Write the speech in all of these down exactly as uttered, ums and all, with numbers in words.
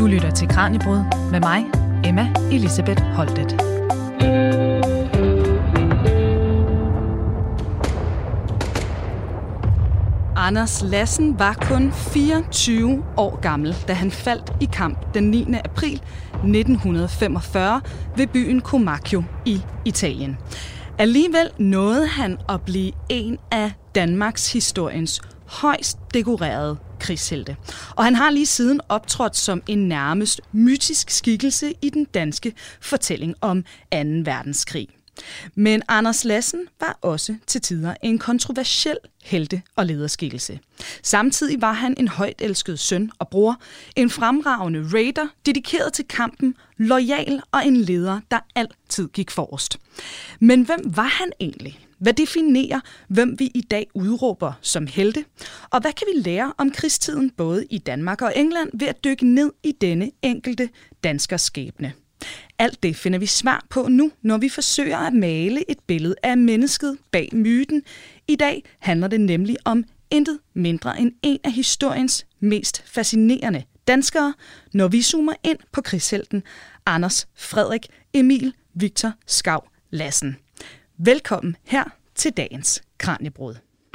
Du lytter til Kraniebrud med mig, Emma Elisabeth Holtet. Anders Lassen var kun fireogtyve år gammel, da han faldt i kamp den niende april nitten femogfyrre ved byen Comacchio i Italien. Alligevel nåede han at blive en af Danmarks historiens højst dekorerede krigshelte. Og han har lige siden optrådt som en nærmest mytisk skikkelse i den danske fortælling om anden verdenskrig. Men Anders Lassen var også til tider en kontroversiel helte- og lederskikkelse. Samtidig var han en højt elsket søn og bror, en fremragende raider, dedikeret til kampen, loyal og en leder, der altid gik forrest. Men hvem var han egentlig? Hvad definerer, hvem vi i dag udråber som helte? Og hvad kan vi lære om krigstiden både i Danmark og England ved at dykke ned i denne enkelte danskers skæbne? Alt det finder vi svar på nu, når vi forsøger at male et billede af mennesket bag myten. I dag handler det nemlig om intet mindre end en af historiens mest fascinerende danskere, når vi zoomer ind på krigshelten Anders Frederik Emil Victor Skau Lassen. Velkommen her til dagens Kraniebrud.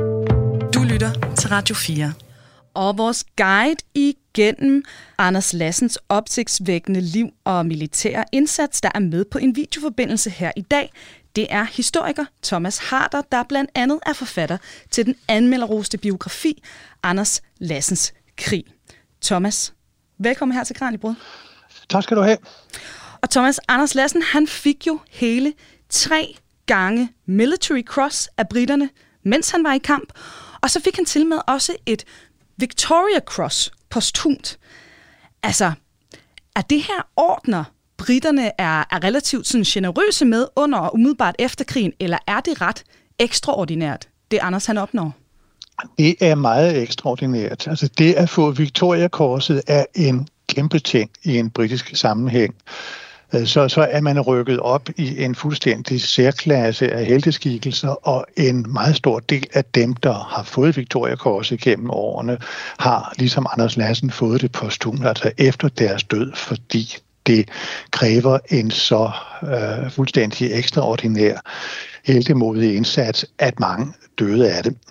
Du lytter til Radio fire. Og vores guide igennem Anders Lassens opsigtsvækkende liv og militære indsats, der er med på en videoforbindelse her i dag, det er historiker Thomas Harder, der blandt andet er forfatter til den anmelderroste biografi Anders Lassens krig. Thomas, velkommen her til Kraniebrud. Tak skal du have. Og Thomas, Anders Lassen, han fik jo hele tre gange Military Cross af briterne, mens han var i kamp. Og så fik han til med også et Victoria Cross posthumt. Altså, er det her ordner, briterne er, er relativt sådan generøse med under og umiddelbart efter krigen, eller er det ret ekstraordinært, det Anders han opnår? Det er meget ekstraordinært. Altså det at få Victoria Korset er en kæmpe ting i en britisk sammenhæng. Så, så er man rykket op i en fuldstændig særklasse af helteskikkelser, og en meget stor del af dem, der har fået Victoria Korset gennem årene, har ligesom Anders Lassen fået det posthumt, altså efter deres død, fordi det kræver en så øh, fuldstændig ekstraordinær heltemodig indsats, at mange døde af det.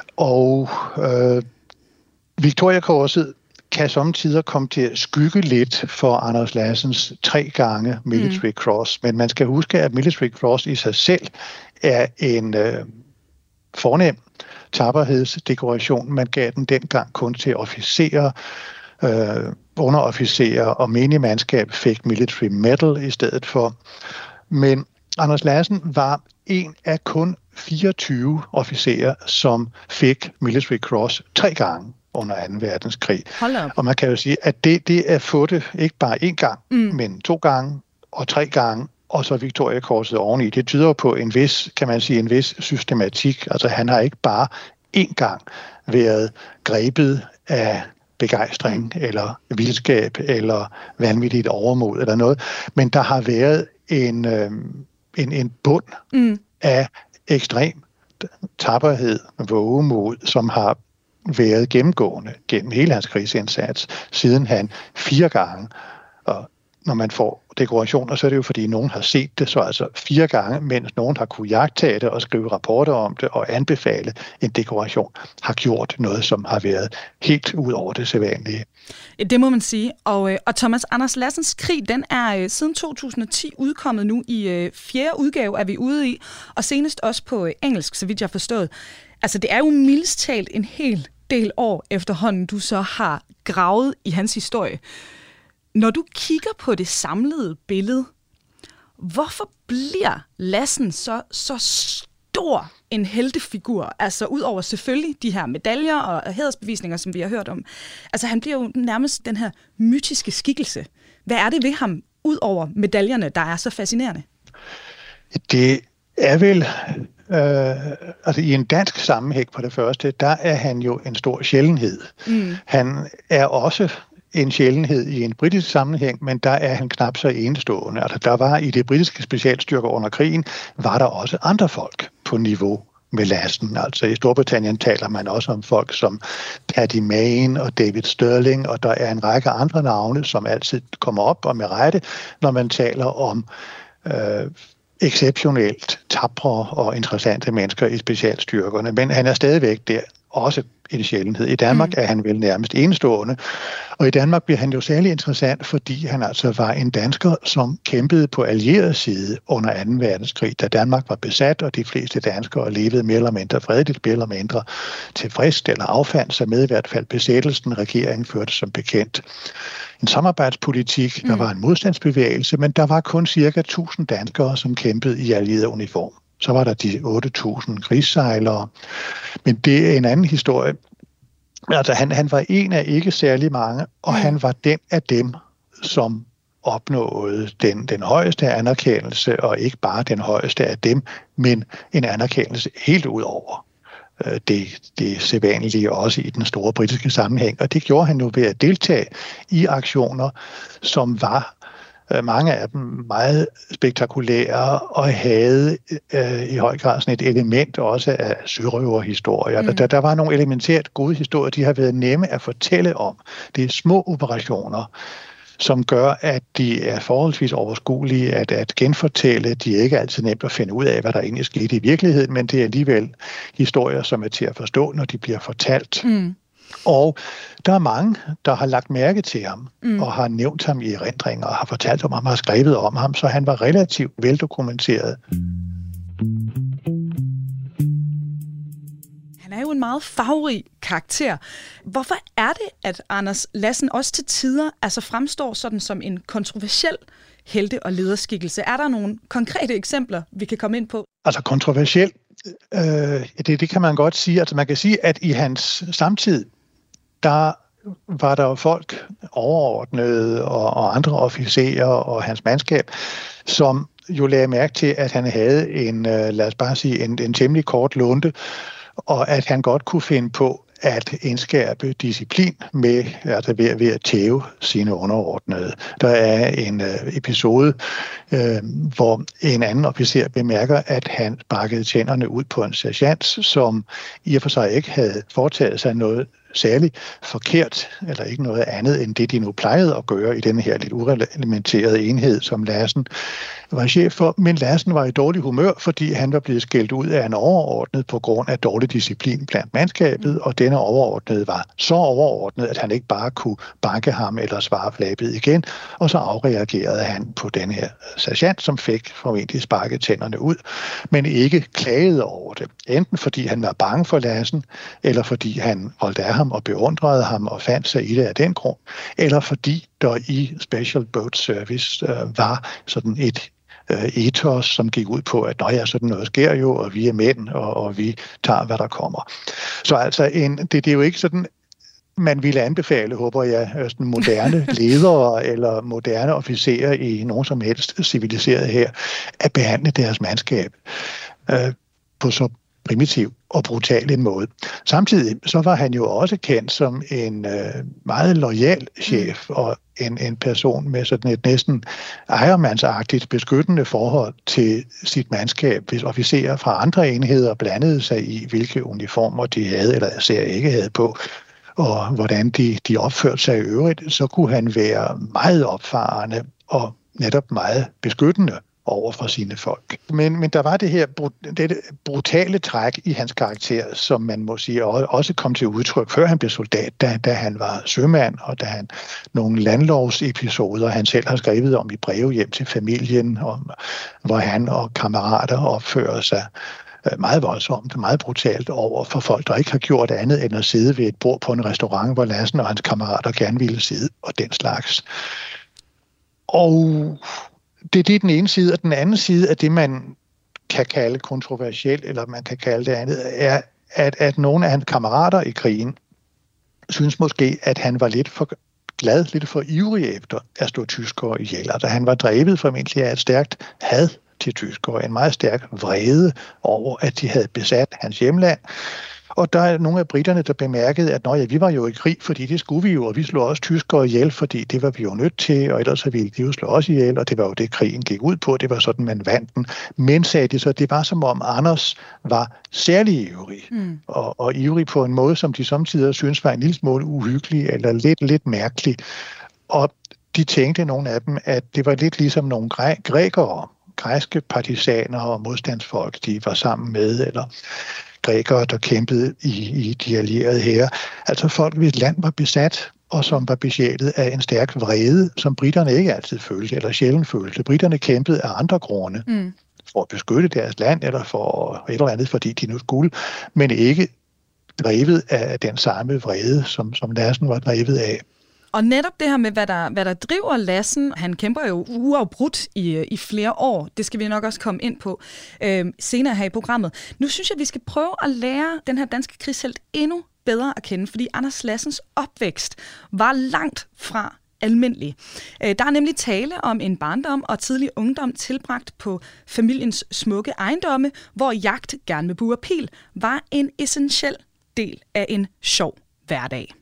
Og øh, Victoria Korset kan samtidig komme til at skygge lidt for Anders Lassens tre gange Military mm. Cross. Men man skal huske, at Military Cross i sig selv er en øh, fornem tapperhedsdekoration. Man gav den dengang kun til officerer, øh, underofficerer og menigmandskab fik Military Medal i stedet for. Men Anders Lassen var en af kun fireogtyve officerer, som fik Military Cross tre gange under anden verdenskrig. Og man kan jo sige, at det, det er fået det ikke bare én gang, mm. men to gange og tre gange, og så Victoria Korset oveni. Det tyder på en vis, kan man sige, en vis systematik. Altså han har ikke bare én gang været grebet af begejstring, mm. eller vildskab, eller vanvittigt overmod, eller noget. Men der har været en, øh, en, en bund mm. af ekstrem tapperhed, vågemod, som har været gennemgående gennem hele hans krigsindsats, siden han fire gange, og når man får dekorationer, så er det jo fordi nogen har set det, så altså fire gange, mens nogen har kunne jagtage det og skrive rapporter om det og anbefale en dekoration, har gjort noget, som har været helt ud over det sædvanlige. Det må man sige. Og, og Thomas, Anders Lassens krig, den er siden to tusind og ti udkommet nu i fjerde udgave, er vi ude i, og senest også på engelsk, så vidt jeg har forstået. Altså, det er jo mildest talt en hel del år efterhånden, du så har gravet i hans historie. Når du kigger på det samlede billede, hvorfor bliver Lassen så, så stor en heltefigur? Altså, ud over selvfølgelig de her medaljer og hædersbevisninger, som vi har hørt om. Altså, han bliver jo nærmest den her mytiske skikkelse. Hvad er det ved ham, ud over medaljerne, der er så fascinerende? Det er vel... Øh, altså i en dansk sammenhæng på det første, der er han jo en stor sjældenhed. Mm. Han er også en sjældenhed i en britisk sammenhæng, men der er han knap så enestående. Altså der var i det britiske specialstyrker under krigen, var der også andre folk på niveau med Lassen. Altså i Storbritannien taler man også om folk som Paddy Mayne og David Stirling, og der er en række andre navne, som altid kommer op og med rette, når man taler om øh, exceptionelt tapre og interessante mennesker i specialstyrkerne. Men han er stadigvæk der, også en sjældenhed. I Danmark mm. er han vel nærmest enestående, og i Danmark bliver han jo særlig interessant, fordi han altså var en dansker, som kæmpede på allieret side under anden verdenskrig, da Danmark var besat, og de fleste danskere levede mere eller mindre fredeligt, mere eller mindre tilfreds eller affandt sig med i hvert fald besættelsen. Regeringen førte som bekendt en samarbejdspolitik, der mm. var en modstandsbevægelse, men der var kun cirka tusind danskere, som kæmpede i allieret uniform. Så var der de otte tusind krigssejlere. Men det er en anden historie. Altså, han, han var en af ikke særlig mange, og han var den af dem, som opnåede den, den højeste anerkendelse, og ikke bare den højeste af dem, men en anerkendelse helt ud over det, det sædvanlige også i den store britiske sammenhæng. Og det gjorde han jo ved at deltage i aktioner, som var mange af dem meget spektakulære og havde øh, i høj grad sådan et element også af sørøverhistorier. Mm. Der, der var nogle elementært gode historier, de har været nemme at fortælle om. Det er små operationer, som gør, at de er forholdsvis overskuelige at, at genfortælle. De er ikke altid nemt at finde ud af, hvad der egentlig skete i virkeligheden, men det er alligevel historier, som er til at forstå, når de bliver fortalt. Mm. Og der er mange, der har lagt mærke til ham, mm. og har nævnt ham i erindringer, og har fortalt om ham, og har skrevet om ham, så han var relativt veldokumenteret. Han er jo en meget farverig karakter. Hvorfor er det, at Anders Lassen også til tider altså fremstår sådan som en kontroversiel helte- og lederskikkelse? Er der nogle konkrete eksempler, vi kan komme ind på? Altså kontroversiel, øh, det, det kan man godt sige. Altså man kan sige, at i hans samtid, der var der jo folk overordnede og, og andre officerer og hans mandskab, som jo lagde mærke til, at han havde en, lad os bare sige, en, en temmelig kort lunte, og at han godt kunne finde på at indskærpe disciplin med, altså ved, ved at tæve sine underordnede. Der er en øh, episode, øh, hvor en anden officer bemærker, at han sparkede tænderne ud på en sergeant, som i og for sig ikke havde foretaget sig noget særligt forkert, eller ikke noget andet end det, de nu plejede at gøre i denne her lidt ureglementerede enhed, som Lassen var chef for. Men Lassen var i dårlig humør, fordi han var blevet skældt ud af en overordnet på grund af dårlig disciplin blandt mandskabet, og denne overordnede var så overordnet, at han ikke bare kunne banke ham eller svare flabet igen, og så afreagerede han på den her sergeant, som fik formentlig sparket tænderne ud, men ikke klagede over det. Enten fordi han var bange for Lassen, eller fordi han holdt af ham og beundrede ham og fandt sig i det af den grund, eller fordi der i Special Boat Service øh, var sådan et øh, ethos, som gik ud på, at ja, sådan noget sker jo, og vi er mænd, og, og vi tager, hvad der kommer. Så altså, en, det, det er jo ikke sådan, man ville anbefale, håber jeg, sådan moderne ledere eller moderne officerer i nogen som helst civiliseret her, at behandle deres mandskab øh, på så primitiv og brutal en måde. Samtidig så var han jo også kendt som en øh, meget loyal chef mm. og en, en person med sådan et næsten ejermandsagtigt beskyttende forhold til sit mandskab, hvis officerer fra andre enheder blandede sig i, hvilke uniformer de havde eller især ikke havde på, og hvordan de, de opførte sig i øvrigt, så kunne han være meget opfarende og netop meget beskyttende over for sine folk. Men, men der var det her det brutale træk i hans karakter, som man må sige også kom til udtryk, før han blev soldat, da, da han var sømand, og da han nogle landlovsepisoder, han selv har skrevet om i breve hjem til familien, om, hvor han og kammerater opfører sig meget voldsomt, meget brutalt over for folk, der ikke har gjort andet end at sidde ved et bord på en restaurant, hvor Lassen og hans kammerater gerne ville sidde, og den slags. Og det, det er den ene side, og den anden side af det, man kan kalde kontroversielt, eller man kan kalde det andet, er, at, at nogle af hans kammerater i krigen synes måske, at han var lidt for glad, lidt for ivrig efter at stå tyskere ihjel. Altså han var drevet formentlig af et stærkt had til tyskere, en meget stærk vrede over, at de havde besat hans hjemland, Og der er nogle af britterne, der bemærkede, at ja, vi var jo i krig, fordi det skulle vi jo, og vi slog også tyskere ihjel, fordi det var vi jo nødt til, og ellers så ville de jo slå os ihjel, og det var jo det, krigen gik ud på. Det var sådan, man vandt den. Men, sagde de så, det var som om Anders var særlig ivrig, mm. og, og ivrig på en måde, som de samtidig synes var en lille smule uhyggelig, eller lidt, lidt mærkelig. Og de tænkte, nogle af dem, at det var lidt ligesom nogle græ- grækere, græske partisaner og modstandsfolk, de var sammen med, eller grækere, der kæmpede i, i de allierede hære. Altså folk, hvis land var besat, og som var besjælet af en stærk vrede, som britterne ikke altid følte, eller sjældent følte. Britterne kæmpede af andre grunde, mm. for at beskytte deres land, eller for et eller andet, fordi de nu skulle, men ikke drevet af den samme vrede, som, som Lassen var drevet af. Og netop det her med, hvad der, hvad der driver Lassen, han kæmper jo uafbrudt i, i flere år, det skal vi nok også komme ind på øh, senere her i programmet. Nu synes jeg, vi skal prøve at lære den her danske krigshelt endnu bedre at kende, fordi Anders Lassens opvækst var langt fra almindelig. Øh, der er nemlig tale om en barndom og tidlig ungdom tilbragt på familiens smukke ejendomme, hvor jagt, gerne med bue og pil, var en essentiel del af en sjov hverdag.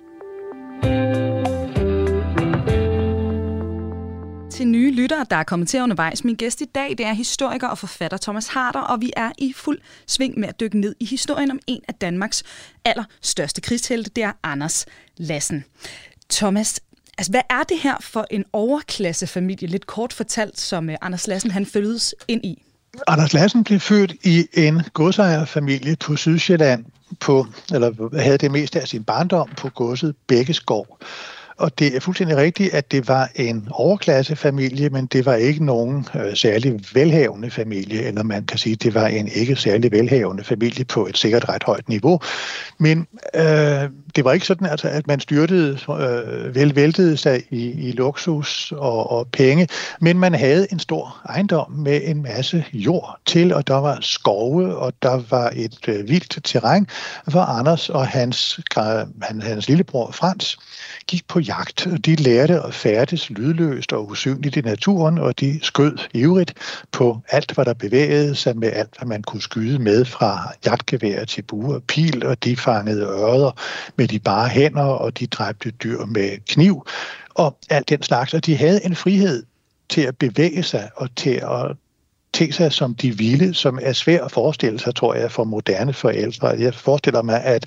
Til nye lyttere, der er kommet til undervejs. Min gæst i dag, det er historiker og forfatter Thomas Harder, og vi er i fuld sving med at dykke ned i historien om en af Danmarks allerstørste krigshelte, det er Anders Lassen. Thomas, altså hvad er det her for en overklassefamilie, lidt kort fortalt, som Anders Lassen han fødes ind i? Anders Lassen blev født i en godsejerfamilie på Sydsjælland, på, eller havde det meste af sin barndom på godset Bækkeskov. Og det er fuldstændig rigtigt, at det var en overklassefamilie, men det var ikke nogen øh, særlig velhavende familie, eller man kan sige, at det var en ikke særlig velhavende familie på et sikkert ret højt niveau. Men øh, det var ikke sådan, altså, at man styrtede, øh, velvæltede sig i, i luksus og, og penge, men man havde en stor ejendom med en masse jord til, og der var skove, og der var et øh, vildt terræn, hvor Anders og hans, hans, hans lillebror Frans gik på jagt. De lærte at færdes lydløst og usynligt i naturen, og de skød ivrigt på alt, hvad der bevægede sig, med alt, hvad man kunne skyde med, fra jagtgevær til bue og pil, og de fangede ørder med de bare hænder, og de dræbte dyr med kniv, og alt den slags. Og de havde en frihed til at bevæge sig og til at tænke sig, som de ville, som er svært at forestille sig, tror jeg, for moderne forældre. Jeg forestiller mig, at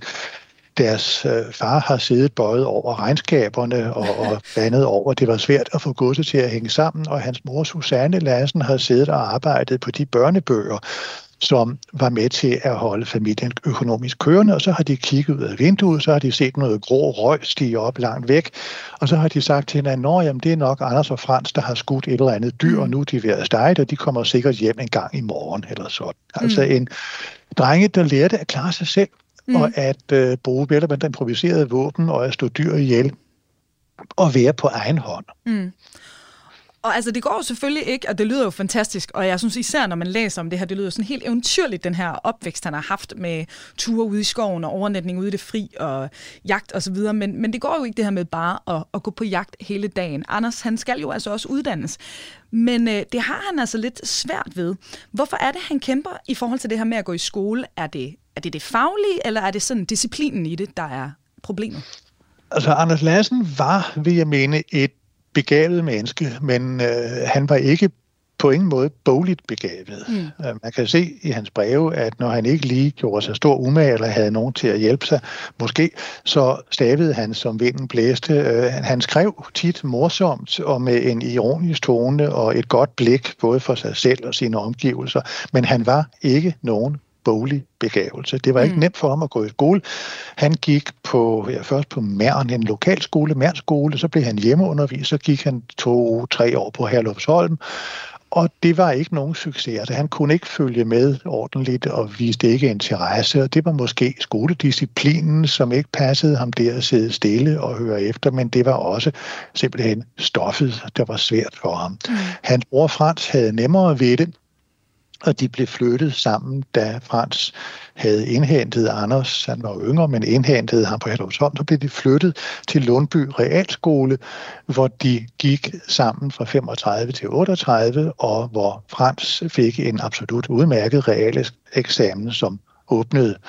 deres øh, far har siddet bøjet over regnskaberne og, og bandet over. Det var svært at få godset til at hænge sammen, og hans mor Susanne Lassen har siddet og arbejdet på de børnebøger, som var med til at holde familien økonomisk kørende, og så har de kigget ud af vinduet, så har de set noget grå røg stige op langt væk, og så har de sagt til hinanden, nå, jamen det er nok Anders og Frans, der har skudt et eller andet dyr, og nu er de ved at stege, og de kommer sikkert hjem en gang i morgen, eller sådan. Altså mm. en drenge, der lærte at klare sig selv, Mm. og at øh, bruge vel og improviserede våben og at stå dyr ihjel og være på egen hånd. Mm. Og altså, det går jo selvfølgelig ikke, og det lyder jo fantastisk, og jeg synes især, når man læser om det her, det lyder sådan helt eventyrligt, den her opvækst, han har haft med ture ude i skoven og overnatning ude i det fri og jagt og så videre, men, men det går jo ikke det her med bare at, at gå på jagt hele dagen. Anders, han skal jo altså også uddannes, men øh, det har han altså lidt svært ved. Hvorfor er det, han kæmper i forhold til det her med at gå i skole? Er det er det, det faglige, eller er det sådan disciplinen i det, der er problemet? Altså, Anders Lassen var, vil jeg mene, et begavet menneske, men øh, han var ikke på ingen måde bogligt begavet. Mm. Uh, man kan se i hans breve, at når han ikke lige gjorde sig stor umage, eller havde nogen til at hjælpe sig, måske, så stavede han, som vinden blæste. Uh, han skrev tit morsomt og med en ironisk tone og et godt blik, både for sig selv og sine omgivelser, men han var ikke nogen boglig begavelse. Det var ikke mm. nemt for ham at gå i skole. Han gik på, ja, først på Mern, en lokalskole, Mern skole, så blev han hjemmeunderviser, så gik han to, tre år på Herlufsholm, og det var ikke nogen succes. Altså, han kunne ikke følge med ordentligt og viste ikke interesse, og det var måske skoledisciplinen, som ikke passede ham der at sidde stille og høre efter, men det var også simpelthen stoffet, der var svært for ham. Mm. Hans bror Frans havde nemmere ved det, og de blev flyttet sammen, da Frans havde indhentet Anders. Han var jo yngre, men indhentede ham på Herlufsholm. Så blev de flyttet til Lundby Realskole, hvor de gik sammen fra femogtredive til otteogtredive, og hvor Frans fik en absolut udmærket realeksamen, som åbnede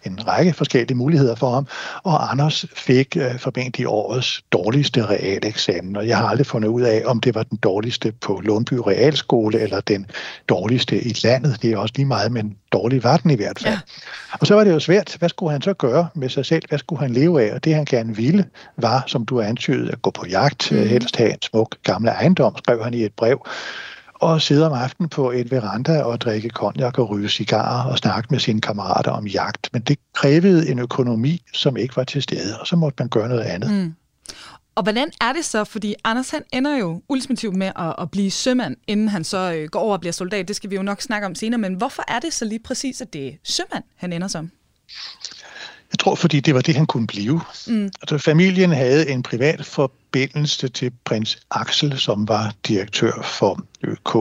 en række forskellige muligheder for ham, og Anders fik øh, formentlig årets dårligste realeksamen, og jeg har aldrig fundet ud af, om det var den dårligste på Lundby Realskole, eller den dårligste i landet. Det er også lige meget, men dårlig var den i hvert fald. Ja. Og så var det jo svært. Hvad skulle han så gøre med sig selv? Hvad skulle han leve af? Og det han gerne ville, var, som du antydede, at gå på jagt, mm. helst have en smuk gamle ejendom, skrev han i et brev, og sidde om aftenen på et veranda og drikke cognac og ryge cigarer og snakke med sine kammerater om jagt. Men det krævede en økonomi, som ikke var til stede, og så måtte man gøre noget andet. Mm. Og hvordan er det så? Fordi Anders han ender jo ultimativt med at, at blive sømand, inden han så øh, går over og bliver soldat. Det skal vi jo nok snakke om senere, men hvorfor er det så lige præcis, at det er sømand, han ender som? Jeg tror, fordi det var det, han kunne blive. Mm. Altså, familien havde en privat forbindelse til prins Axel, som var direktør for Ø K.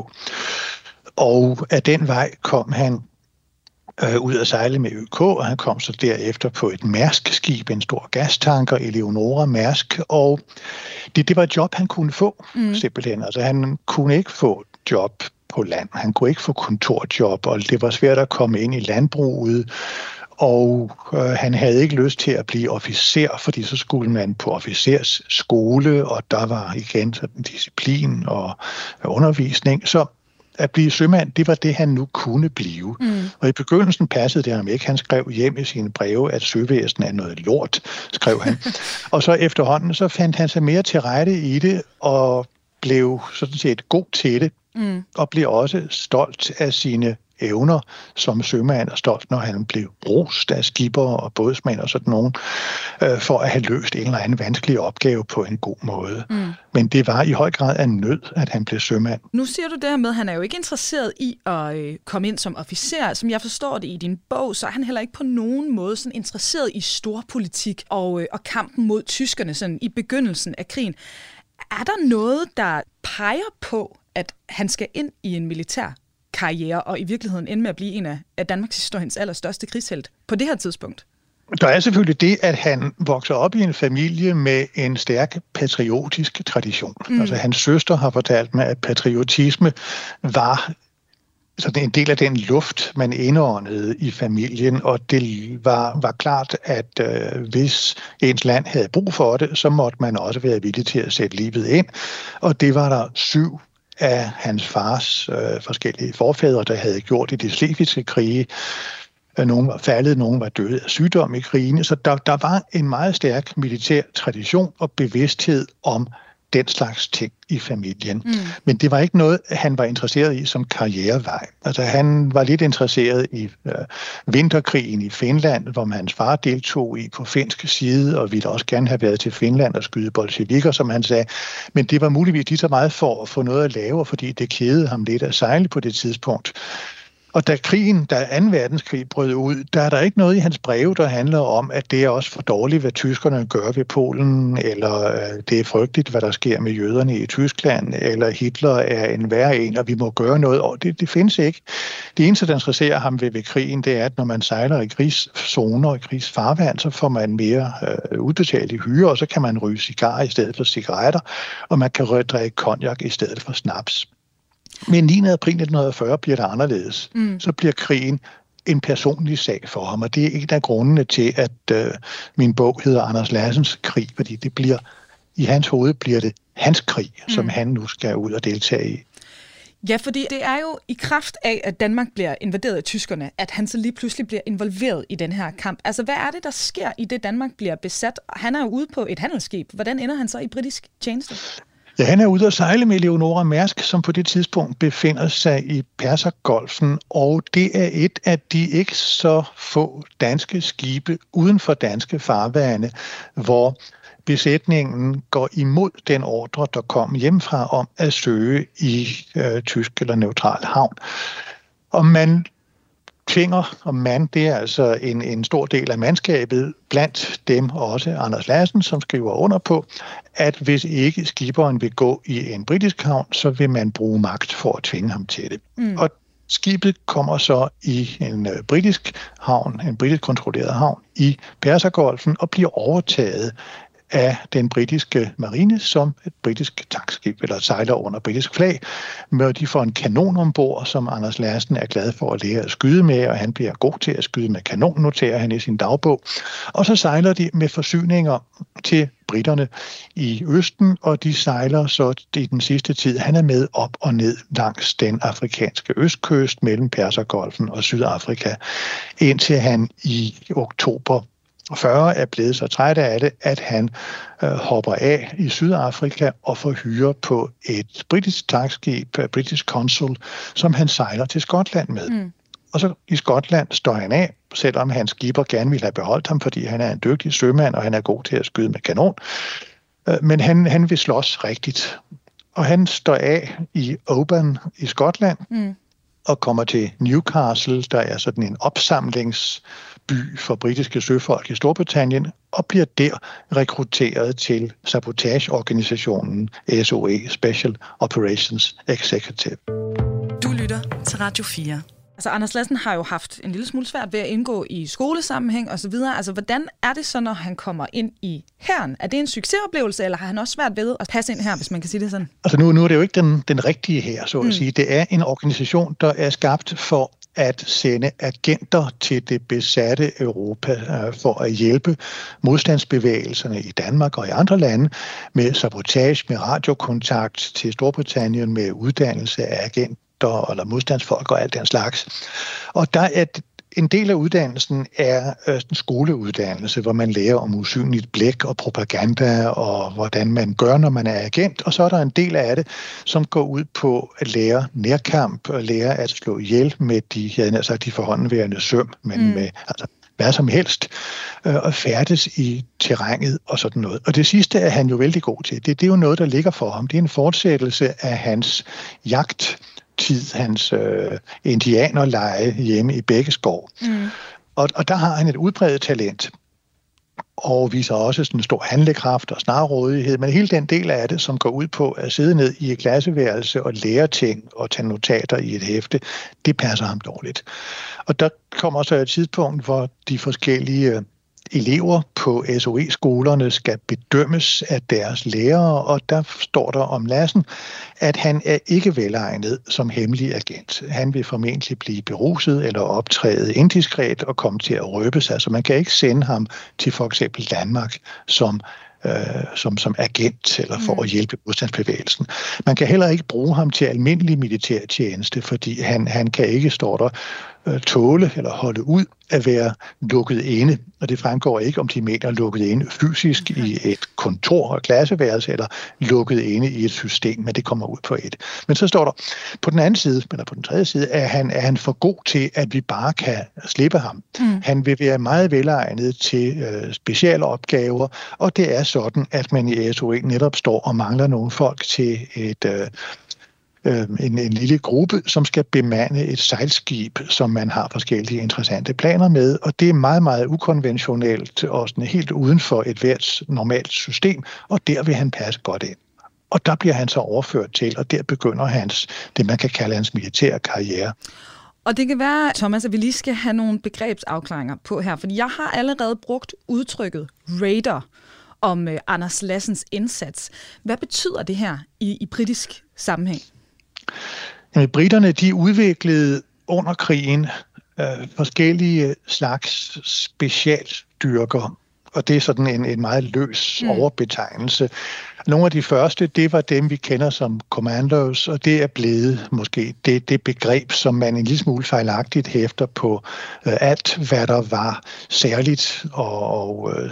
Og af den vej kom han øh, ud at sejle med Ø K, og han kom så derefter på et Mærsk-skib, en stor gastanker, Eleonora Mærsk, og det, det var et job, han kunne få, mm. simpelthen. Altså, han kunne ikke få job på land. Han kunne ikke få kontorjob, og det var svært at komme ind i landbruget, og øh, han havde ikke lyst til at blive officer, fordi så skulle man på officersskole, og der var igen sådan disciplin og undervisning. Så at blive sømand, det var det, han nu kunne blive. Mm. Og i begyndelsen passede det ham ikke. Han skrev hjem i sine breve, at søvæsenet er noget lort, skrev han. Og så efterhånden, så fandt han sig mere til rette i det, og blev sådan set god til det, mm. og blev også stolt af sine evner som sømand, og stolt, når han blev rost af skipper og bådsmænd og sådan nogen, øh, for at have løst en eller anden vanskelig opgave på en god måde. Mm. Men det var i høj grad af nød, at han blev sømand. Nu siger du det her med, at han er jo ikke interesseret i at øh, komme ind som officer. Som jeg forstår det i din bog, så er han heller ikke på nogen måde sådan interesseret i storpolitik og, øh, og kampen mod tyskerne sådan i begyndelsen af krigen. Er der noget, der peger på, at han skal ind i en militær karriere, og i virkeligheden ende med at blive en af Danmarks historiens allerstørste krigshelt på det her tidspunkt? Der er selvfølgelig det, at han vokser op i en familie med en stærk patriotisk tradition. Mm. Altså hans søster har fortalt mig, at patriotisme var sådan en del af den luft, man indåndede i familien, og det var, var klart, at øh, hvis ens land havde brug for det, så måtte man også være villig til at sætte livet ind, og det var der syv af hans fars øh, forskellige forfædre, der havde gjort i de slesvigske krige. Nogle var faldet, nogle var døde af sygdom i krigene, så der, der var en meget stærk militær tradition og bevidsthed om den slags ting i familien. Mm. Men det var ikke noget, han var interesseret i som karrierevej. Altså han var lidt interesseret i øh, vinterkrigen i Finland, hvor hans far deltog i på finsk side, og ville også gerne have været til Finland og skyde bolsjevikker, som han sagde. Men det var muligvis lige så meget for at få noget at lave, fordi det kædede ham lidt at sejle på det tidspunkt. Og da krigen, da anden verdenskrig brød ud, der er der ikke noget i hans breve, der handler om, at det er også for dårligt, hvad tyskerne gør ved Polen, eller øh, det er frygteligt, hvad der sker med jøderne i Tyskland, eller Hitler er en værre en, og vi må gøre noget. Og det, det findes ikke. Det eneste, der interesserer ham ved, ved krigen, det er, at når man sejler i krigszoner og i krigsfarvand, så får man mere øh, udbetalt i hyre, og så kan man ryge cigarer i stedet for cigaretter, og man kan drikke cognac i stedet for snaps. Men niende april nitten fyrre bliver der anderledes. Mm. Så bliver krigen en personlig sag for ham, og det er en af grundene til, at øh, min bog hedder Anders Lassens krig, fordi det bliver, i hans hoved bliver det hans krig, mm. som han nu skal ud og deltage i. Ja, fordi det er jo i kraft af, at Danmark bliver invaderet af tyskerne, at han så lige pludselig bliver involveret i den her kamp. Altså, hvad er det, der sker i det, Danmark bliver besat? Han er jo ude på et handelsskib. Hvordan ender han så i britisk tjeneste? Ja, han er ude at sejle med Eleonora Mærsk, som på det tidspunkt befinder sig i Persergolfen, og det er et af de ikke så få danske skibe uden for danske farvande, hvor besætningen går imod den ordre, der kom hjemmefra om at søge i øh, tysk eller neutral havn. Og man tvinger, og man, det er altså en, en stor del af mandskabet, blandt dem også Anders Lassen, som skriver under på, at hvis ikke skiberen vil gå i en britisk havn, så vil man bruge magt for at tvinge ham til det. Mm. Og skibet kommer så i en uh, britisk havn, en britisk kontrolleret havn i Persergolfen, og bliver overtaget af den britiske marine som et britisk tankskib, eller sejler under britisk flag. Men de får en kanon ombord, som Anders Larsen er glad for at lære at skyde med, og han bliver god til at skyde med kanon, noterer han i sin dagbog. Og så sejler de med forsyninger til britterne i Østen, og de sejler så i den sidste tid. Han er med op og ned langs den afrikanske østkyst mellem Persergolfen og Sydafrika, indtil han i oktober fyrre er blevet så træt af det, at han øh, hopper af i Sydafrika og får hyre på et britisk tankskib, British Consul, som han sejler til Skotland med. Mm. Og så i Skotland står han af, selvom hans skipper gerne ville have beholdt ham, fordi han er en dygtig sømand, og han er god til at skyde med kanon. Men han, han vil slås rigtigt. Og han står af i Oban i Skotland, mm. og kommer til Newcastle, der er sådan en opsamlingsby for britiske søfolk i Storbritannien, og bliver der rekrutteret til sabotageorganisationen S O E, Special Operations Executive. Du lytter til Radio fire. Altså, Anders Larsen har jo haft en lille smule svært ved at indgå i skolesammenhæng og så videre. Altså, hvordan er det så, når han kommer ind i hæren? Er det en succesoplevelse, eller har han også svært ved at passe ind her, hvis man kan sige det sådan? Altså, nu, nu er det jo ikke den, den rigtige hær, så at mm. sige. Det er en organisation, der er skabt for at sende agenter til det besatte Europa øh, for at hjælpe modstandsbevægelserne i Danmark og i andre lande med sabotage, med radiokontakt til Storbritannien, med uddannelse af agenter eller modstandsfolk og alt den slags. Og der er en del af uddannelsen er øh, en skoleuddannelse, hvor man lærer om usynligt blæk og propaganda og hvordan man gør, når man er agent. Og så er der en del af det, som går ud på at lære nærkamp og lære at slå ihjel med de, jeg havde sagt, de forhåndenværende søm, men mm. med altså, hvad som helst, øh, og færdes i terrænet og sådan noget. Og det sidste er han jo vældig god til. Det, det er jo noget, der ligger for ham. Det er en fortsættelse af hans jagt tid, hans øh, indianerleje hjemme i Bækkeskov. Mm. Og, og der har han et udbredt talent, og viser også sådan en stor handlekraft og snarrådighed, men hele den del af det, som går ud på at sidde ned i et klasseværelse og lære ting og tage notater i et hæfte, det passer ham dårligt. Og der kommer så et tidspunkt, hvor de forskellige elever på S O E-skolerne skal bedømmes af deres lærere, og der står der om Larsen, at han er ikke velegnet som hemmelig agent. Han vil formentlig blive beruset eller optræde indiskret og komme til at røbe sig, så man kan ikke sende ham til for eksempel Danmark som øh, som, som agent eller for mm. at hjælpe modstandsbevægelsen. Man kan heller ikke bruge ham til almindelig militærtjeneste, fordi han, han kan ikke, står der, tåle eller holde ud at være lukket inde, og det fremgår ikke, om de mener lukket inde fysisk okay. i et kontor og klasseværelse, eller lukket inde i et system, men det kommer ud på et. Men så står der, på den anden side, eller på den tredje side, er han, er han for god til, at vi bare kan slippe ham. Mm. Han vil være meget velegnet til øh, specielle opgaver, og det er sådan, at man i S O E netop står og mangler nogle folk til et øh, En, en lille gruppe, som skal bemande et sejlskib, som man har forskellige interessante planer med, og det er meget, meget ukonventionelt og sådan helt uden for et hvert normalt system, og der vil han passe godt ind. Og der bliver han så overført til, og der begynder hans, det man kan kalde hans militære karriere. Og det kan være, Thomas, at vi lige skal have nogle begrebsafklaringer på her, fordi jeg har allerede brugt udtrykket raider om øh, Anders Larsens indsats. Hvad betyder det her i, i britisk sammenhæng? Jamen, briterne, de udviklede under krigen øh, forskellige slags specialstyrker, og det er sådan en, en meget løs mm. overbetegnelse. Nogle af de første, det var dem, vi kender som commandos, og det er blevet måske det, det begreb, som man en lille smule fejlagtigt hæfter på øh, alt, hvad der var særligt og, og øh,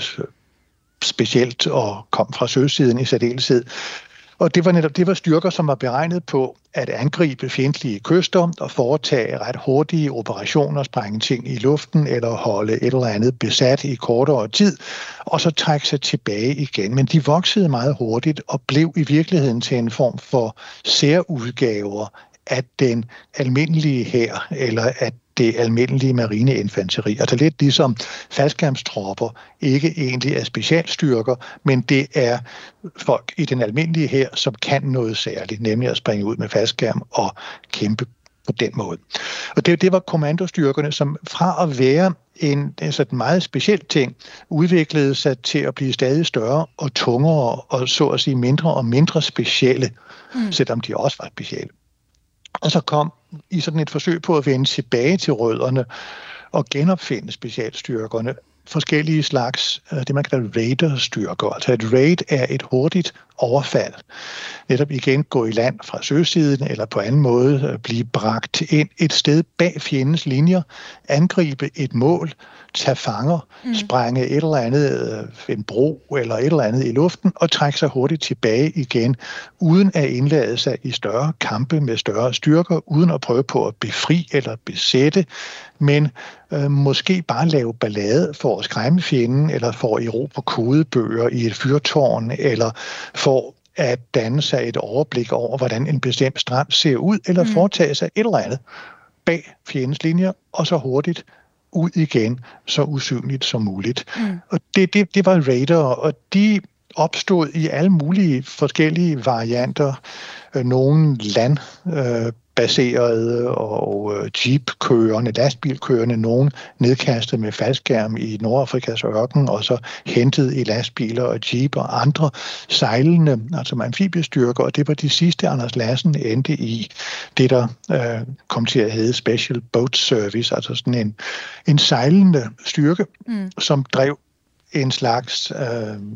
specielt og kom fra søsiden i særdeleshed. Og det var netop det var styrker, som var beregnet på at angribe fjendtlige kyster og foretage ret hurtige operationer, sprænge ting i luften eller holde et eller andet besat i kortere tid, og så trække sig tilbage igen. Men de voksede meget hurtigt og blev i virkeligheden til en form for særudgaver af den almindelige hær eller af det almindelige marineinfanteri. Altså lidt ligesom faldskærmstropper ikke egentlig er specialstyrker, men det er folk i den almindelige hær, som kan noget særligt, nemlig at springe ud med faldskærm og kæmpe på den måde. Og det, det var kommandostyrkerne, som fra at være en altså en meget speciel ting, udviklede sig til at blive stadig større og tungere, og så at sige mindre og mindre specielle, mm. selvom de også var specielle. Og så kom i sådan et forsøg på at vende tilbage til rødderne og genopfinde specialstyrkerne, forskellige slags, det man kalder raiderstyrker. Altså et raid er et hurtigt overfald. Netop igen gå i land fra søsiden eller på anden måde blive bragt ind et sted bag fjendens linjer, angribe et mål, tage fanger, mm. sprænge et eller andet, en bro eller et eller andet i luften og trække sig hurtigt tilbage igen, uden at indlade sig i større kampe med større styrker, uden at prøve på at befri eller besætte, men øh, måske bare lave ballade for at skræmme fjenden, eller for at erobre kodebøger i et fyrtårn, eller for at danne sig et overblik over, hvordan en bestemt strand ser ud, eller mm. foretage sig et eller andet bag fjendens linjer, og så hurtigt ud igen, så usynligt som muligt. Mm. Og det, det, det var raider, og de opstod i alle mulige forskellige varianter. Nogle landbaserede og jeep-kørende, lastbilkørende, nogle nedkastet med faldskærm i Nordafrikas ørken, og så hentet i lastbiler og jeep og andre sejlende, altså amfibiestyrker, og det var de sidste, Anders Lassen endte i det, der øh, kom til at hedde Special Boat Service, altså sådan en, en sejlende styrke, mm. som drev en slags øh,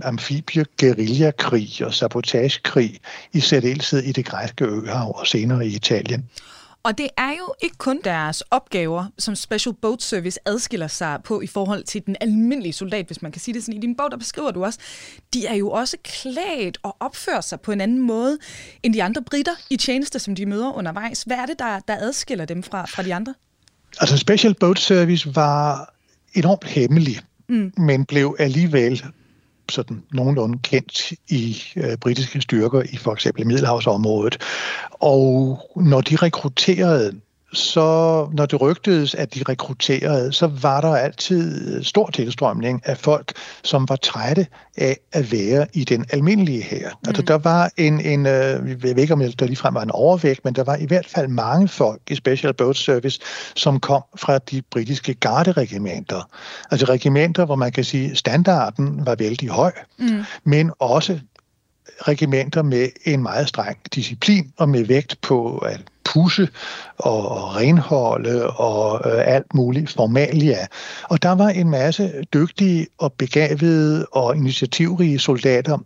amfibie-guerillakrig og sabotagekrig i særdeleshed i det græske øhav og senere i Italien. Og det er jo ikke kun deres opgaver, som Special Boat Service adskiller sig på i forhold til den almindelige soldat, hvis man kan sige det sådan. I din bog, der beskriver du også, de er jo også klædt og opfører sig på en anden måde end de andre briter i tjeneste, som de møder undervejs. Hvad er det, der, der adskiller dem fra, fra de andre? Altså Special Boat Service var enormt hemmelig. Mm. men blev alligevel sådan nogenlunde kendt i øh, britiske styrker i for eksempel Middelhavsområdet. Og når de rekrutterede, så når det rygtedes, at de rekrutterede, så var der altid stor tilstrømning af folk, som var trætte af at være i den almindelige hær. Mm. Altså der var en, en øh, jeg ved ikke om der ligefrem var en overvægt, men der var i hvert fald mange folk i Special Boat Service, som kom fra de britiske garderegimenter. Altså regimenter, hvor man kan sige, standarden var vældig høj, mm. men også regimenter med en meget streng disciplin og med vægt på at pusse og renholde og øh, alt muligt formalia. Og der var en masse dygtige og begavede og initiativrige soldater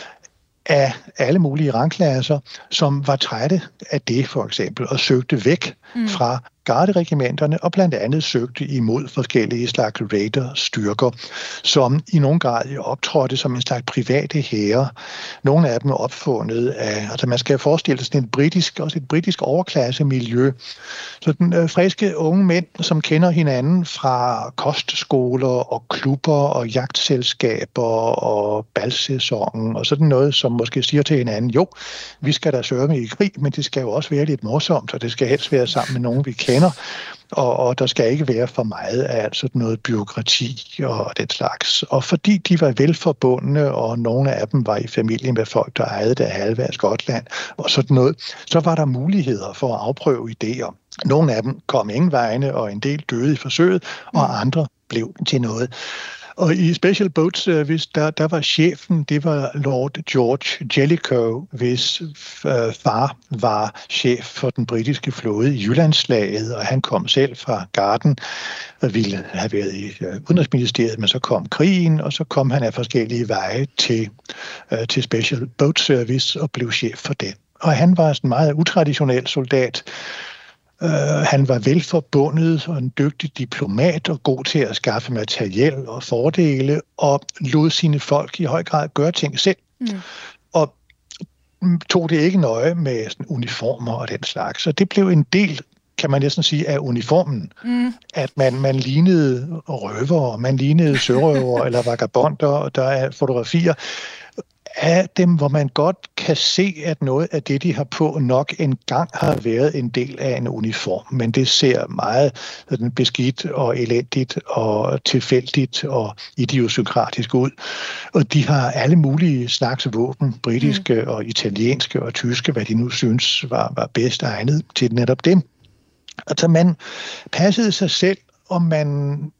af alle mulige rangklasser, som var trætte af det for eksempel og søgte væk mm. fra garderegimenterne og blandt andet søgte imod forskellige slags raiderstyrker, som i nogen grad optrådte som en slags private hære. Nogle af dem er opfundet af, altså man skal forestille sig sådan et britisk, også et britisk overklassemiljø. Så den øh, friske unge mænd, som kender hinanden fra kostskoler og klubber og jagtselskaber og balsæsonen og sådan noget, som måske siger til hinanden, jo, vi skal da sørge i krig, men det skal jo også være lidt morsomt, og det skal helst være sammen med nogen, vi kender. Og, og der skal ikke være for meget af sådan noget byråkrati og den slags. Og fordi de var velforbundne, og nogle af dem var i familie med folk, der ejede det halve af Skotland og sådan noget, så var der muligheder for at afprøve idéer. Nogle af dem kom ingen vegne, og en del døde i forsøget, og andre blev til noget. Og i Special Boat Service, der, der var chefen, det var Lord George Jellicoe, hvis øh, far var chef for den britiske flåde i Jyllandsslaget, og han kom selv fra Garden og ville have været i øh, Udenrigsministeriet, men så kom krigen, og så kom han af forskellige veje til, øh, til Special Boat Service og blev chef for den. Og han var sådan en meget utraditionel soldat. Uh, han var velforbundet og en dygtig diplomat og god til at skaffe materiel og fordele og lod sine folk i høj grad gøre ting selv. Mm. Og tog det ikke nøje med sådan, uniformer og den slags. Så det blev en del, kan man næsten sige, af uniformen. Mm. At man, man lignede røver, man lignede sørøver eller vagabonder, og der er fotografier af dem, hvor man godt kan se, at noget af det, de har på, nok engang har været en del af en uniform. Men det ser meget sådan, beskidt og elendigt og tilfældigt og idiosynkratisk ud. Og de har alle mulige slags våben, britiske mm. og italienske og tyske, hvad de nu synes var, var bedst egnet til netop dem. Altså man passede sig selv, og man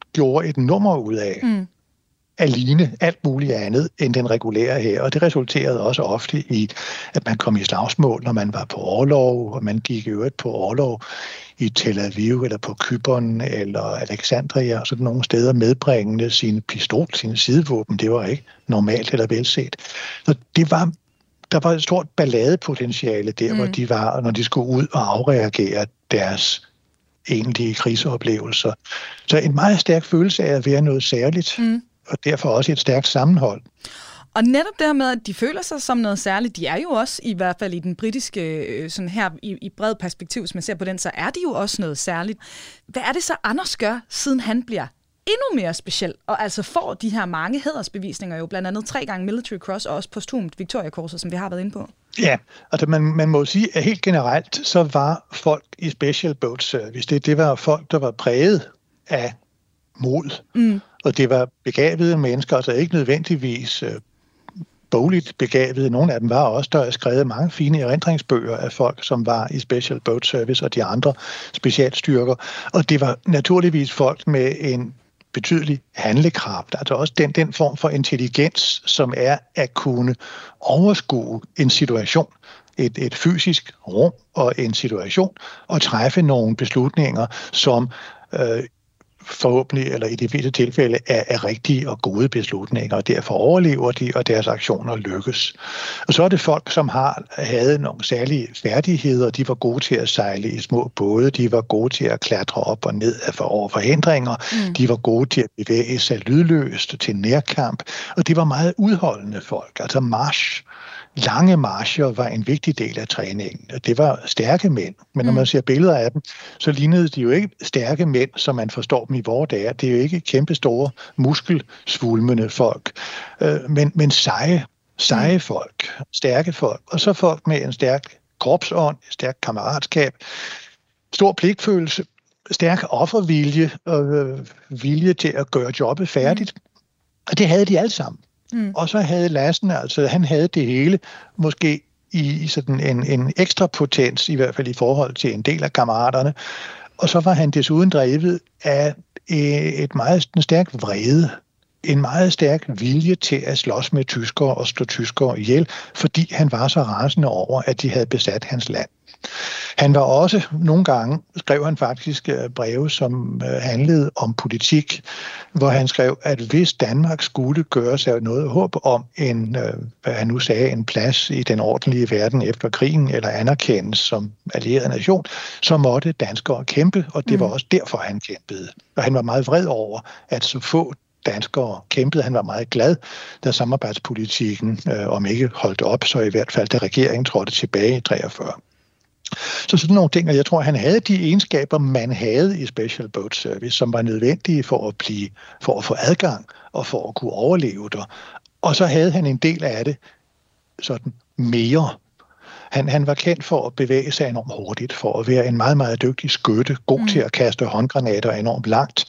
gjorde et nummer ud af, mm. at ligne alt muligt andet end den regulære hær. Og det resulterede også ofte i, at man kom i slagsmål, når man var på orlov, og man gik i øvrigt på orlov i Tel Aviv, eller på Cypern, eller Alexandria, og sådan nogle steder medbringende sine pistol, sine sidevåben. Det var ikke normalt eller velset. Så det var, der var et stort balladepotentiale der, mm. hvor de var, når de skulle ud og afreagere deres egentlige kriseoplevelser. Så en meget stærk følelse af at være noget særligt, mm. og derfor også et stærkt sammenhold. Og netop det her med, at de føler sig som noget særligt, de er jo også, i hvert fald i den britiske, sådan her i, i bred perspektiv, hvis man ser på den, så er de jo også noget særligt. Hvad er det så, Anders gør, siden han bliver endnu mere speciel, og altså får de her mange hædersbevisninger, jo blandt andet tre gange Military Cross, og også posthumt Victoria-korset, som vi har været inde på? Ja, altså man, man må sige, at helt generelt, så var folk i Special Boat Service, det, det var folk, der var præget af mod, mm. og det var begavede mennesker, altså ikke nødvendigvis øh, bogligt begavede. Nogle af dem var også, der er skrevet mange fine erindringsbøger af folk, som var i Special Boat Service og de andre specialstyrker, og det var naturligvis folk med en betydelig handlekraft, altså også den, den form for intelligens, som er at kunne overskue en situation, et, et fysisk rum og en situation, og træffe nogle beslutninger, som øh, forhåbentlig, eller i de fleste tilfælde, er, er rigtige og gode beslutninger, og derfor overlever de, og deres aktioner lykkes. Og så er det folk, som har havde nogle særlige færdigheder. De var gode til at sejle i små både, de var gode til at klatre op og ned af for over forhindringer, mm. de var gode til at bevæge sig lydløst til nærkamp, og de var meget udholdende folk, altså march. Lange marcher var en vigtig del af træningen, og det var stærke mænd. Men når man ser billeder af dem, så lignede de jo ikke stærke mænd, som man forstår dem i vore dage. Det er jo ikke kæmpe store, muskelsvulmende folk, men, men seje, seje folk, stærke folk. Og så folk med en stærk korpsånd, et stærkt kammeratskab, stor pligtfølelse, stærk offervilje og øh, vilje til at gøre jobbet færdigt. Og det havde de alle sammen. Mm. Og så havde Lassen, altså han havde det hele, måske i sådan en, en ekstra potens, i hvert fald i forhold til en del af kammeraterne. Og så var han desuden drevet af et meget stærk vrede, en meget stærk vilje til at slås med tyskere og slå tyskere ihjel, fordi han var så rasende over, at de havde besat hans land. Han var også, nogle gange skrev han faktisk breve, som handlede om politik, hvor han skrev, at hvis Danmark skulle gøre sig noget håb om en, hvad han nu sagde, en plads i den ordentlige verden efter krigen, eller anerkendes som allieret nation, så måtte danskere kæmpe, og det var også derfor, han kæmpede. Og han var meget vred over, at så få danskere kæmpede. Han var meget glad, da samarbejdspolitikken, øh, om ikke holdt op, så i hvert fald, da regeringen trådte tilbage i treogfyrre. Så sådan nogle ting, og jeg tror, han havde de egenskaber, man havde i Special Boat Service, som var nødvendige for at blive, for at få adgang og for at kunne overleve der. Og så havde han en del af det sådan mere. Han, han var kendt for at bevæge sig enormt hurtigt, for at være en meget, meget dygtig skytte, god mm. til at kaste håndgranater enormt langt,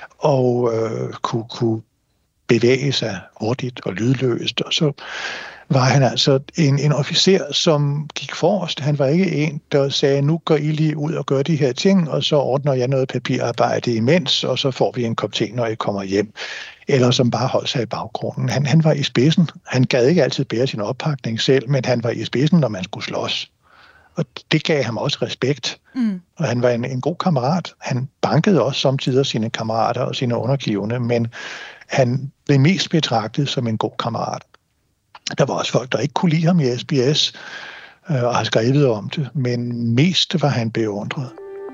og øh, kunne, kunne bevæge sig hurtigt og lydløst. Og så var han altså en, en officer, som gik forrest. Han var ikke en, der sagde, nu går I lige ud og gør de her ting, og så ordner jeg noget papirarbejde imens, og så får vi en kop te, når I kommer hjem. Eller som bare holdt sig i baggrunden. Han, han var i spidsen. Han gad ikke altid bære sin oppakning selv, men han var i spidsen, når man skulle slås. Og det gav ham også respekt. Mm. Og han var en, en god kammerat. Han bankede også samtidig sine kammerater og sine undergivende, men han blev mest betragtet som en god kammerat. Der var også folk, der ikke kunne lide ham i S B S øh, og har skrevet om det, men mest var han beundret.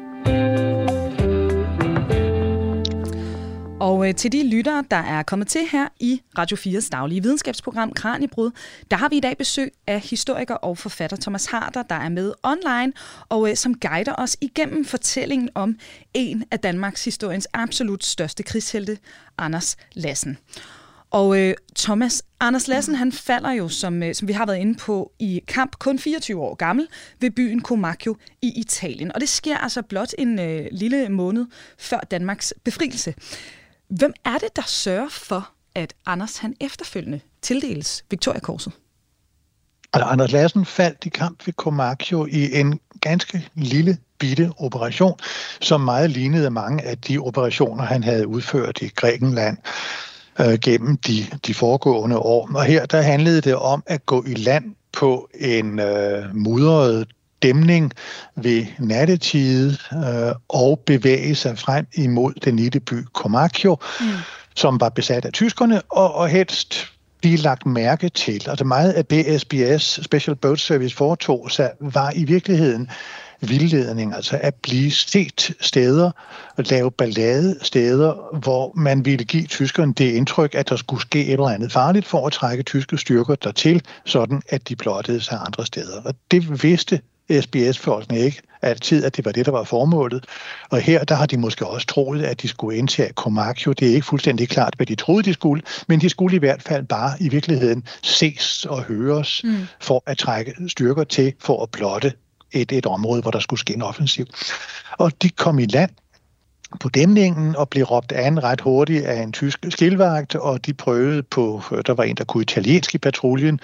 Og øh, til de lyttere, der er kommet til her i Radio fires daglige videnskabsprogram Kraniebrud, der har vi i dag besøg af historiker og forfatter Thomas Harder, der er med online, og øh, som guider os igennem fortællingen om en af Danmarks historiens absolut største krigshelte, Anders Lassen. Og øh, Thomas, Anders Lassen, han falder jo, som, øh, som vi har været inde på, i kamp kun fireogtyve år gammel ved byen Comacchio i Italien. Og det sker altså blot en øh, lille måned før Danmarks befrielse. Hvem er det, der sørger for, at Anders han efterfølgende tildeles Victoria-korset? Altså, Anders Lassen faldt i kamp ved Comacchio i en ganske lille bitte operation, som meget lignede mange af de operationer, han havde udført i Grækenland øh, gennem de, de foregående år. Og her der handlede det om at gå i land på en øh, mudret dæmning ved nattetide øh, og bevæge sig frem imod den lille by Comacchio, mm. som var besat af tyskerne, og, og helst blive lagt mærke til. Altså meget af det S B S, Special Boat Service, foretog sig, var i virkeligheden vildledning, altså at blive set steder og lave ballade steder, hvor man ville give tyskerne det indtryk, at der skulle ske et eller andet farligt for at trække tyske styrker dertil, sådan at de blottede sig andre steder. Og det vidste S B S-folkene ikke altid, at det var det, der var formålet. Og her, der har de måske også troet, at de skulle indtage Comacchio. Det er ikke fuldstændig klart, hvad de troede, de skulle, men de skulle i hvert fald bare i virkeligheden ses og høres mm. for at trække styrker til, for at blotte et, et område, hvor der skulle ske en offensiv. Og de kom i land på dæmningen og blev råbt an ret hurtigt af en tysk skildvagt, og de prøvede på, der var en, der kunne italiensk i patruljen,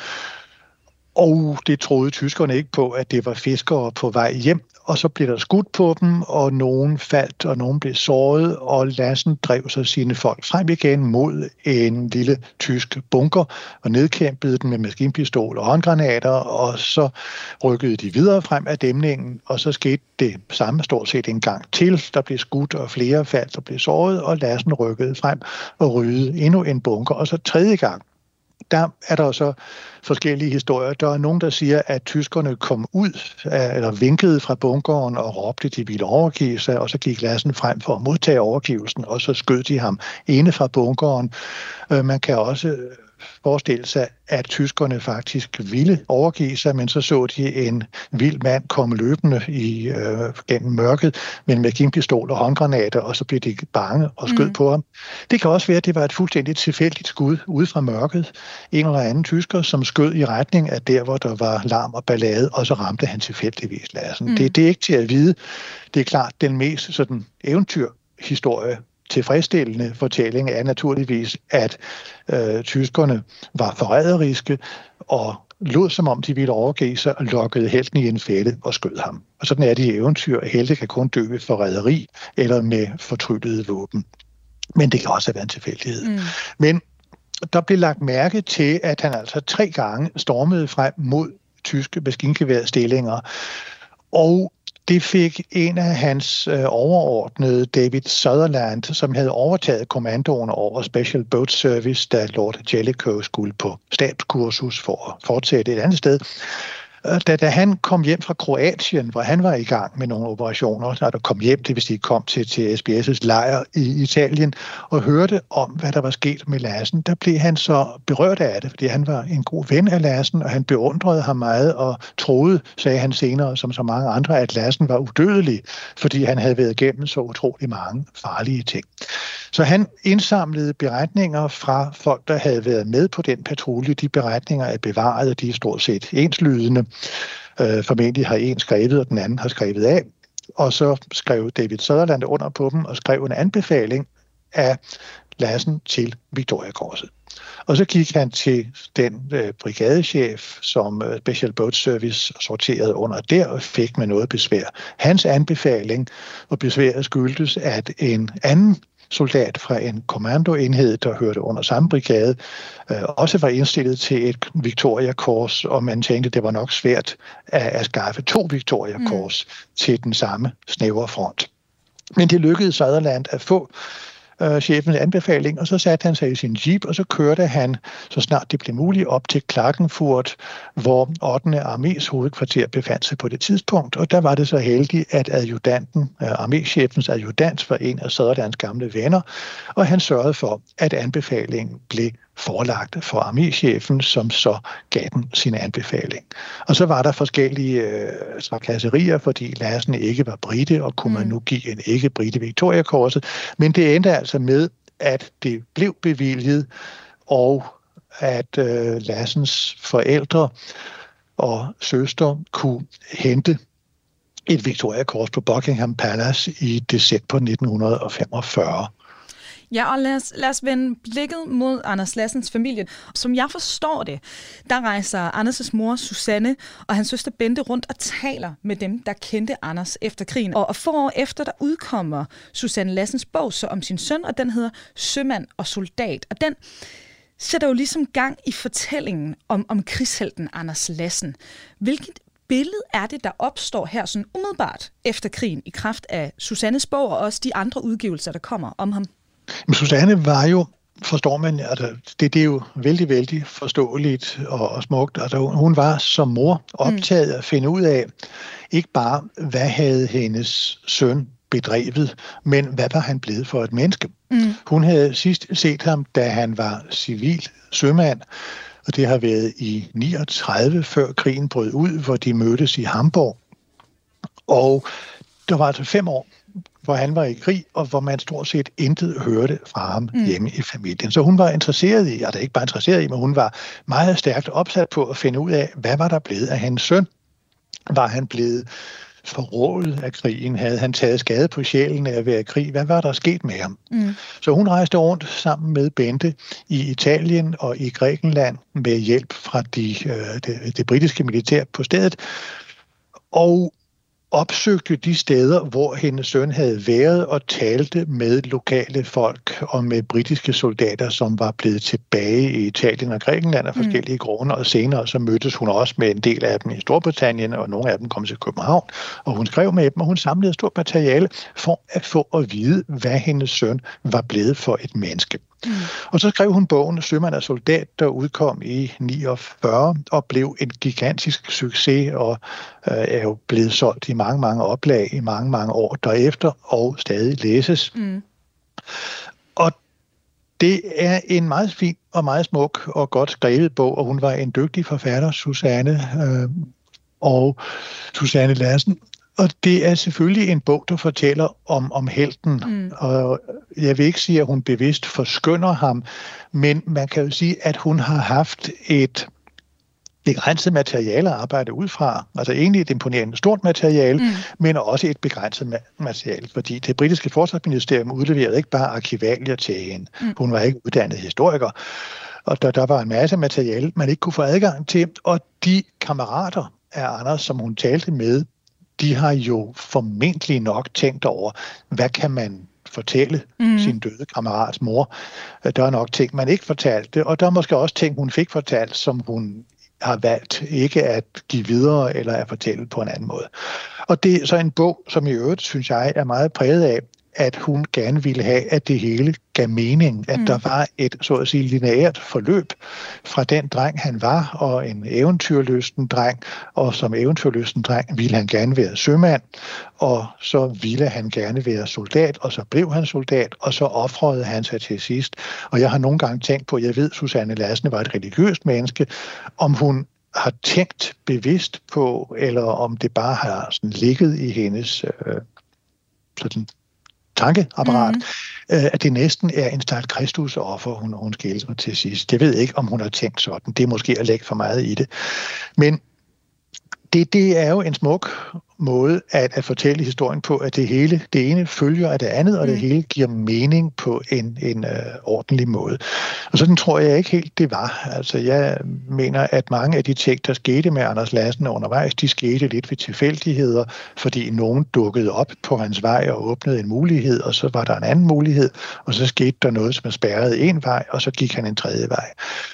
og det troede tyskerne ikke på, at det var fiskere på vej hjem. Og så blev der skudt på dem, og nogen faldt, og nogen blev såret, og Lassen drev så sine folk frem igen mod en lille tysk bunker, og nedkæmpede den med maskinpistol og håndgranater, og så rykkede de videre frem af dæmningen, og så skete det samme stort set en gang til. Der blev skudt, og flere faldt og blev såret, og Lassen rykkede frem og ryddede endnu en bunker, og så tredje gang. Der er der så forskellige historier. Der er nogen, der siger, at tyskerne kom ud, eller vinkede fra bunkeren og råbte, at de ville overgive sig, og så gik Lassen frem for at modtage overgivelsen, og så skød de ham inde fra bunkeren. Man kan også forestille sig, at tyskerne faktisk ville overgive sig, men så så de en vild mand komme løbende i, øh, gennem mørket med en maskinpistol og håndgranater, og så blev de bange og skød mm. på ham. Det kan også være, at det var et fuldstændig tilfældigt skud ude fra mørket. En eller anden tysker, som skød i retning af der, hvor der var larm og ballade, og så ramte han tilfældigvis Lassen. Mm. Det, det er ikke til at vide. Det er klart, den mest sådan eventyrhistorie tilfredsstillende fortælling er naturligvis, at øh, tyskerne var forræderiske og lod som om de ville overgive sig og lokkede helten i en fælde og skød ham. Og sådan er det i eventyr, at helte kan kun dø ved forræderi eller med fortryllede våben. Men det kan også have været en tilfældighed. Mm. Men der blev lagt mærke til, at han altså tre gange stormede frem mod tyske maskingeværstillinger, og det fik en af hans øh, overordnede, David Sutherland, som havde overtaget kommandoen over Special Boat Service, da Lord Jellicoe skulle på stabskursus for at fortsætte et andet sted. Da, da han kom hjem fra Kroatien, hvor han var i gang med nogle operationer, da der kom hjem, det vil sige kom til, til S B S' lejr i Italien, og hørte om, hvad der var sket med Lassen, der blev han så berørt af det, fordi han var en god ven af Lassen, og han beundrede ham meget, og troede, sagde han senere, som så mange andre, at Lassen var udødelig, fordi han havde været igennem så utrolig mange farlige ting. Så han indsamlede beretninger fra folk, der havde været med på den patrulje. De beretninger er bevaret, og de er stort set enslydende. Øh, formentlig har en skrevet, og den anden har skrevet af. Og så skrev David Sutherland under på dem og skrev en anbefaling af Lassen til Victoria-korset. Og så gik han til den øh, brigadechef, som øh, Special Boat Service sorterede under der, og fik med noget besvær. Hans anbefaling og besværet skyldtes, at en anden soldat fra en kommandoenhed, der hørte under samme brigade, øh, også var indstillet til et Victoria-kors, og man tænkte, det var nok svært at, at skaffe to Victoria-kors mm. til den samme snævre front. Men det lykkedes Sutherland at få øh, chefens anbefaling, og så satte han sig i sin jeep, og så kørte han, så snart det blev muligt, op til Klagenfurt, hvor ottende armés hovedkvarter befandt sig på det tidspunkt, og der var det så heldigt, at adjutanten, øh, arméchefens adjutant, var en af Sutherlands gamle venner, og han sørgede for, at anbefalingen blev forelagt for arméchefen, som så gav den sin anbefaling. Og så var der forskellige øh, trakasserier, fordi Lassen ikke var brite, og kunne mm. man nu give en ikke-brite Victoria-korset. Men det endte altså med, at det blev bevilget, og at øh, Lassens forældre og søster kunne hente et Victoria-kors på Buckingham Palace i december nitten femogfyrre. Ja, og lad os, lad os vende blikket mod Anders Lassens familie. Som jeg forstår det, der rejser Anders' mor Susanne og hans søster Bente rundt og taler med dem, der kendte Anders efter krigen. Og, og få år efter, der udkommer Susanne Lassens bog så om sin søn, og den hedder Sømand og soldat. Og den sætter jo ligesom gang i fortællingen om, om krigshelten Anders Lassen. Hvilket billede er det, der opstår her sådan umiddelbart efter krigen i kraft af Susannes bog og også de andre udgivelser, der kommer om ham? Men Susanne var jo, forstår man, altså, det, det er jo vældig, vældig forståeligt og, og smukt. Altså, hun var som mor optaget mm. at finde ud af, ikke bare, hvad havde hendes søn bedrevet, men hvad var han blevet for et menneske? Mm. Hun havde sidst set ham, da han var civil sømand, og det har været i niogtredive, før krigen brød ud, hvor de mødtes i Hamburg. Og der var altså fem år, hvor han var i krig, og hvor man stort set intet hørte fra ham mm. hjemme i familien. Så hun var interesseret i, altså ikke bare interesseret i, men hun var meget stærkt opsat på at finde ud af, hvad var der blevet af hans søn? Var han blevet forrådet af krigen? Havde han taget skade på sjælen af at være i krig? Hvad var der sket med ham? Mm. Så hun rejste rundt sammen med Bente i Italien og i Grækenland med hjælp fra de, øh, det, det britiske militær på stedet, og opsøgte de steder, hvor hendes søn havde været, og talte med lokale folk og med britiske soldater, som var blevet tilbage i Italien og Grækenland af forskellige mm. grunde, og senere så mødtes hun også med en del af dem i Storbritannien, og nogle af dem kom til København, og hun skrev med dem, og hun samlede et stort materiale for at få at vide, hvad hendes søn var blevet for et menneske. Mm. Og så skrev hun bogen Sømand og soldat, der udkom i niogfyrre og blev en gigantisk succes og øh, er jo blevet solgt i mange, mange oplag i mange, mange år derefter og stadig læses. Mm. Og det er en meget fin og meget smuk og godt skrevet bog, og hun var en dygtig forfatter, Susanne øh, og Susanne Lassen. Og det er selvfølgelig en bog, der fortæller om, om helten. Mm. Og jeg vil ikke sige, at hun bevidst forskønner ham, men man kan jo sige, at hun har haft et begrænset materiale at arbejde ud fra. Altså egentlig et imponerende stort materiale, mm. men også et begrænset materiale, fordi det britiske forsvarsministerium udleverede ikke bare arkivalier til hende. Mm. Hun var ikke uddannet historiker. Og der, der var en masse materiale, man ikke kunne få adgang til. Og de kammerater af Anders, som hun talte med, de har jo formentlig nok tænkt over, hvad kan man fortælle mm. sin døde kammerats mor. Der er nok ting, man ikke fortalte, og der er måske også ting, hun fik fortalt, som hun har valgt ikke at give videre eller at fortælle på en anden måde. Og det er så en bog, som i øvrigt, synes jeg, er meget præget af, at hun gerne ville have, at det hele gav mening, at mm. der var et, så at sige, lineært forløb fra den dreng, han var, og en eventyrlysten dreng, og som eventyrlysten dreng ville han gerne være sømand, og så ville han gerne være soldat, og så blev han soldat, og så ofrede han sig til sidst. Og jeg har nogle gange tænkt på, jeg ved, Susanne Lassen var et religiøst menneske, om hun har tænkt bevidst på, eller om det bare har sådan ligget i hendes øh, sådan tankeapparat, mm. øh, at det næsten er en slags Kristusoffer, hun, hun skildrer til sidst. Jeg ved ikke, om hun har tænkt sådan. Det er måske at lægge for meget i det. Men det, det er jo en smuk måde at, at fortælle historien på, at det hele, det ene følger af det andet, og det mm. hele giver mening på en, en øh, ordentlig måde. Og sådan tror jeg ikke helt, det var. Altså, jeg mener, at mange af de ting, der skete med Anders Lassen undervejs, de skete lidt ved tilfældigheder, fordi nogen dukkede op på hans vej og åbnede en mulighed, og så var der en anden mulighed, og så skete der noget, som spærrede en vej, og så gik han en tredje vej.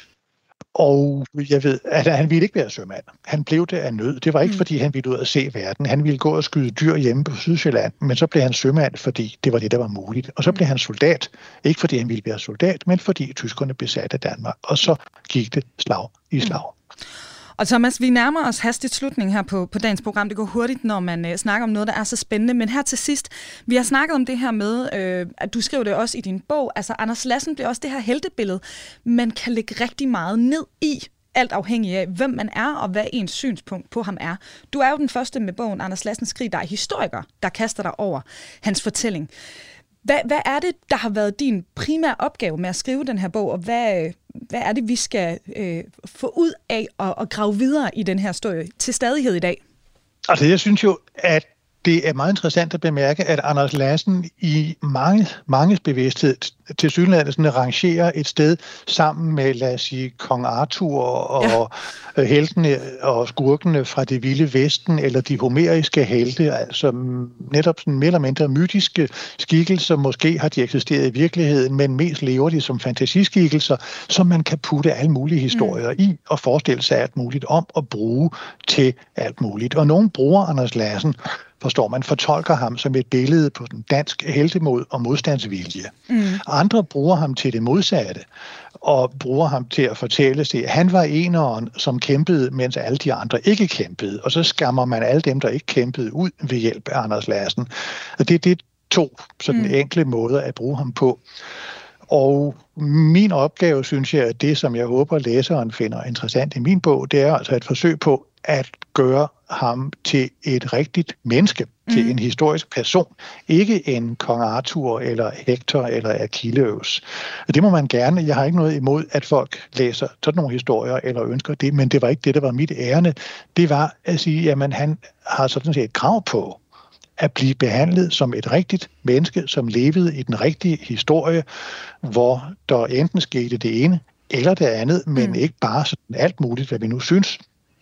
Og jeg ved, at han ville ikke være sømand. Han blev det af nød. Det var ikke, mm. fordi han ville ud og se verden. Han ville gå og skyde dyr hjemme på Sydsjælland, men så blev han sømand, fordi det var det, der var muligt. Og så blev han soldat. Ikke fordi han ville være soldat, men fordi tyskerne besatte Danmark. Og så gik det slag i slag. Mm. Og Thomas, vi nærmer os hastigt slutningen her på, på dagens program. Det går hurtigt, når man øh, snakker om noget, der er så spændende. Men her til sidst, vi har snakket om det her med, øh, at du skriver det også i din bog, altså Anders Lassen bliver også det her heltebillede, man kan lægge rigtig meget ned i, alt afhængig af, hvem man er og hvad ens synspunkt på ham er. Du er jo den første med bogen Anders Lassens krig, der er historiker, der kaster dig over hans fortælling. Hvad, hvad er det, der har været din primære opgave med at skrive den her bog, og hvad, hvad er det, vi skal øh, få ud af og, og grave videre i den her historie til stadighed i dag? Altså, jeg synes jo, at det er meget interessant at bemærke, at Anders Lassen i mange, manges bevidsthed til synligheden sådan rangerer et sted sammen med, lad os sige, kong Arthur og ja. heltene og skurkene fra det vilde vesten, eller de homeriske helte, altså netop sådan mere eller mindre mytiske skikkelser, måske har de eksisteret i virkeligheden, men mest lever de som fantasiskikkelser, som man kan putte alle mulige historier mm. i og forestille sig alt muligt om og bruge til alt muligt. Og nogen bruger Anders Lassen, forstår man, fortolker ham som et billede på den danske heltemod og modstandsvilje. Mm. Andre bruger ham til det modsatte, og bruger ham til at fortælle sig, at han var eneren, som kæmpede, mens alle de andre ikke kæmpede. Og så skammer man alle dem, der ikke kæmpede, ud ved hjælp af Anders Lassen. Og det, det er to sådan mm. enkle måder at bruge ham på. Og min opgave, synes jeg, at det, som jeg håber, læseren finder interessant i min bog, det er altså et forsøg på at gøre ham til et rigtigt menneske, mm. til en historisk person. Ikke en kong Arthur, eller Hector, eller Achilleus. Det må man gerne. Jeg har ikke noget imod, at folk læser sådan nogle historier, eller ønsker det, men det var ikke det, der var mit ærinde. Det var at sige, jamen han har sådan set et krav på at blive behandlet som et rigtigt menneske, som levede i den rigtige historie, hvor der enten skete det ene eller det andet, men mm. ikke bare sådan alt muligt, hvad vi nu synes.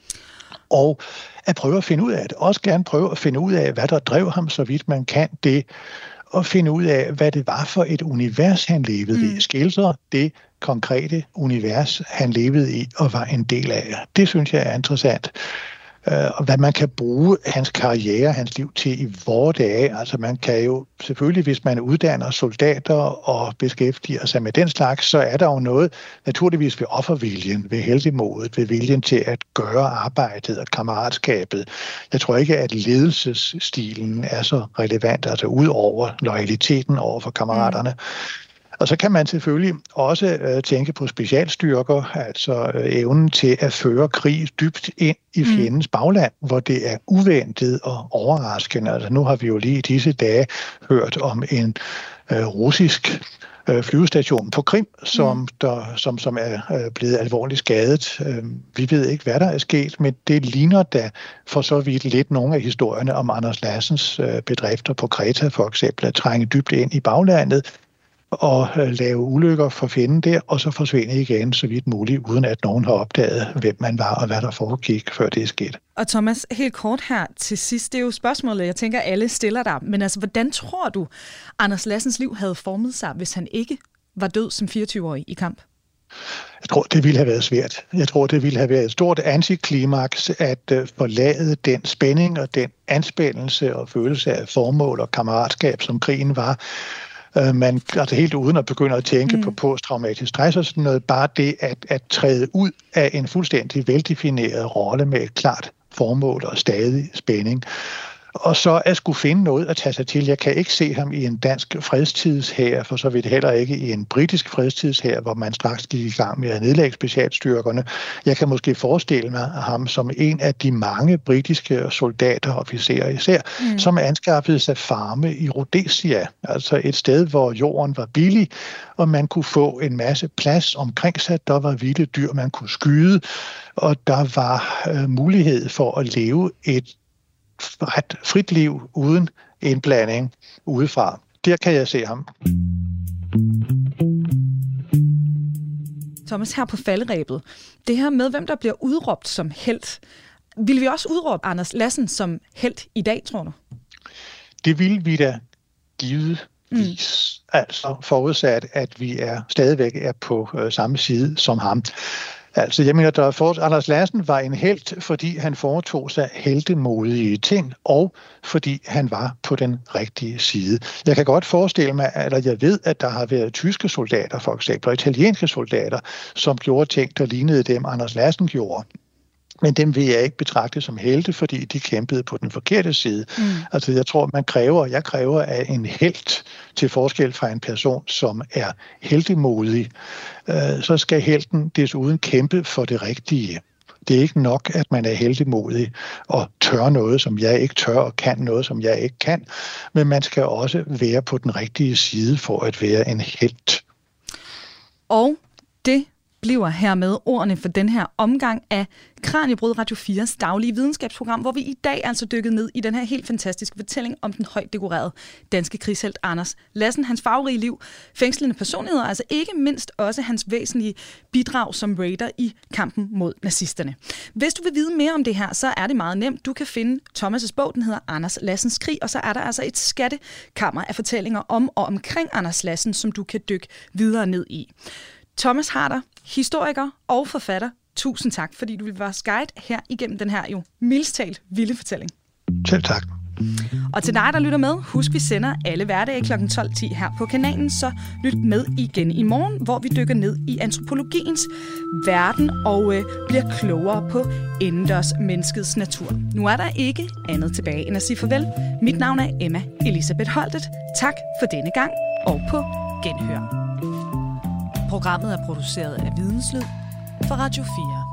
Og at prøve at finde ud af det. Også gerne prøve at finde ud af, hvad der drev ham, så vidt man kan det, og finde ud af, hvad det var for et univers, han levede mm. i. Skildre det konkrete univers, han levede i og var en del af. Det synes jeg er interessant. Og hvad man kan bruge hans karriere, hans liv til i vore dage. Altså man kan jo selvfølgelig, hvis man uddanner soldater og beskæftiger sig med den slags, så er der jo noget naturligvis ved offerviljen, ved heltemodet, ved viljen til at gøre arbejdet og kammeratskabet. Jeg tror ikke, at ledelsesstilen er så relevant, altså ud over loyaliteten over for kammeraterne. Mm. Og så kan man selvfølgelig også øh, tænke på specialstyrker, altså øh, evnen til at føre krig dybt ind i fjendens bagland, hvor det er uventet og overraskende. Altså nu har vi jo lige i disse dage hørt om en øh, russisk øh, flyvestation på Krim, som, mm. der, som, som er øh, blevet alvorligt skadet. Øh, vi ved ikke, hvad der er sket, men det ligner da for så vidt lidt nogle af historierne om Anders Lassens øh, bedrifter på Kreta, for eksempel at trænge dybt ind i baglandet, og lave ulykker for fjenden der, og så forsvinde igen så vidt muligt, uden at nogen har opdaget, hvem man var og hvad der foregik, før det er sket. Og Thomas, helt kort her til sidst, det er jo spørgsmålet, jeg tænker, alle stiller dig, men altså, hvordan tror du, Anders Lassens liv havde formet sig, hvis han ikke var død som fireogtyve-årig i kamp? Jeg tror, det ville have været svært. Jeg tror, det ville have været et stort antiklimaks at forlade den spænding og den anspændelse og følelse af formål og kammeratskab, som krigen var. Man, altså helt uden at begynde at tænke mm. på posttraumatisk stress og sådan noget, bare det at, at træde ud af en fuldstændig veldefineret rolle med et klart formål og stadig spænding. Og så at skulle finde noget at tage sig til. Jeg kan ikke se ham i en dansk fredstidshær, for så vidt heller ikke i en britisk fredstidshær, hvor man straks gik i gang med at nedlægge specialstyrkerne. Jeg kan måske forestille mig ham som en af de mange britiske soldater og officerer især, mm. som anskaffede sig farme i Rhodesia, altså et sted, hvor jorden var billig, og man kunne få en masse plads omkring sig. Der var vilde dyr, man kunne skyde, og der var øh, mulighed for at leve et ret frit liv uden indblanding udefra. Der kan jeg se ham. Thomas, her på falderebet. Det her med, hvem der bliver udråbt som helt. Vil vi også udråbe Anders Lassen som helt i dag, tror du? Det vil vi da givetvis. Mm. Altså forudsat, at vi er stadigvæk er på øh, samme side som ham. Altså, jeg mener, der for, Anders Lassen var en helt, fordi han foretog sig heltemodige ting, og fordi han var på den rigtige side. Jeg kan godt forestille mig, at jeg ved, at der har været tyske soldater, for eksempel, og italienske soldater, som gjorde ting, der lignede dem, Anders Lassen gjorde. Men dem vil jeg ikke betragte som helte, fordi de kæmpede på den forkerte side. Mm. Altså jeg tror, man kræver, jeg kræver af en helt til forskel fra en person, som er heltemodig. Øh, så skal helten desuden kæmpe for det rigtige. Det er ikke nok, at man er heltemodig og tør noget, som jeg ikke tør, og kan noget, som jeg ikke kan. Men man skal også være på den rigtige side for at være en helt. Og det bliver hermed ordene for den her omgang af Kraniebrud, Radio fires daglige videnskabsprogram, hvor vi i dag altså dykket ned i den her helt fantastiske fortælling om den højt dekorerede danske krigshelt Anders Lassen, hans farverige liv, fængslende personligheder, altså ikke mindst også hans væsentlige bidrag som raider i kampen mod nazisterne. Hvis du vil vide mere om det her, så er det meget nemt. Du kan finde Thomas' bog, den hedder Anders Lassens krig, og så er der altså et skattekammer af fortællinger om og omkring Anders Lassen, som du kan dykke videre ned i. Thomas Harder, historiker og forfatter, tusind tak, fordi du vil være guide her igennem den her jo mildest talt vilde fortælling. Selv tak. Og til dig, der lytter med, husk, vi sender alle hverdage klokken tolv ti her på kanalen, så lyt med igen i morgen, hvor vi dykker ned i antropologiens verden og øh, bliver klogere på indendørs menneskets natur. Nu er der ikke andet tilbage end at sige farvel. Mit navn er Emma Elisabeth Holtet. Tak for denne gang, og på genhør. Programmet er produceret af Videnslyd for Radio fire.